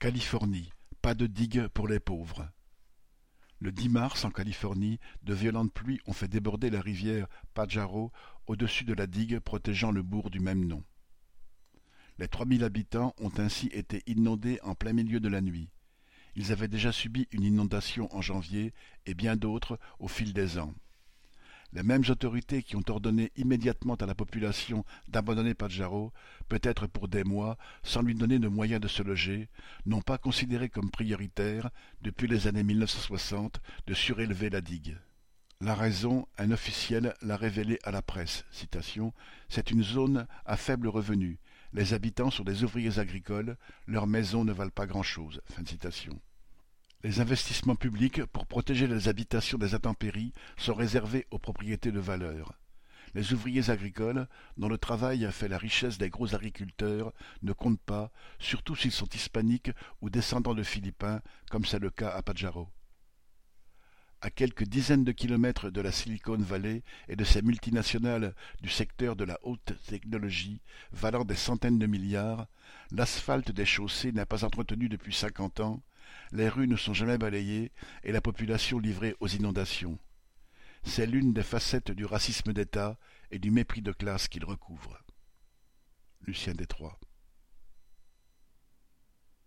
Californie, pas de digue pour les pauvres. Le 10 mars, en Californie, de violentes pluies ont fait déborder la rivière Pajaro au-dessus de la digue protégeant le bourg du même nom. Les 3000 habitants ont ainsi été inondés en plein milieu de la nuit. Ils avaient déjà subi une inondation en janvier et bien d'autres au fil des ans. Les mêmes autorités qui ont ordonné immédiatement à la population d'abandonner Pajaro, peut-être pour des mois, sans lui donner de moyens de se loger, n'ont pas considéré comme prioritaire, depuis les années 1960, de surélever la digue. La raison, un officiel l'a révélé à la presse. Citation, c'est une zone à faible revenu. Les habitants sont des ouvriers agricoles, leurs maisons ne valent pas grand-chose. Fin de citation. Les investissements publics pour protéger les habitations des intempéries sont réservés aux propriétés de valeur. Les ouvriers agricoles, dont le travail fait la richesse des gros agriculteurs, ne comptent pas, surtout s'ils sont hispaniques ou descendants de Philippins, comme c'est le cas à Pajaro. À quelques dizaines de kilomètres de la Silicon Valley et de ses multinationales du secteur de la haute technologie, valant des centaines de milliards, l'asphalte des chaussées n'a pas entretenu depuis 50 ans, les rues ne sont jamais balayées et la population livrée aux inondations. C'est l'une des facettes du racisme d'État et du mépris de classe qu'il recouvre. Lucien Détroit.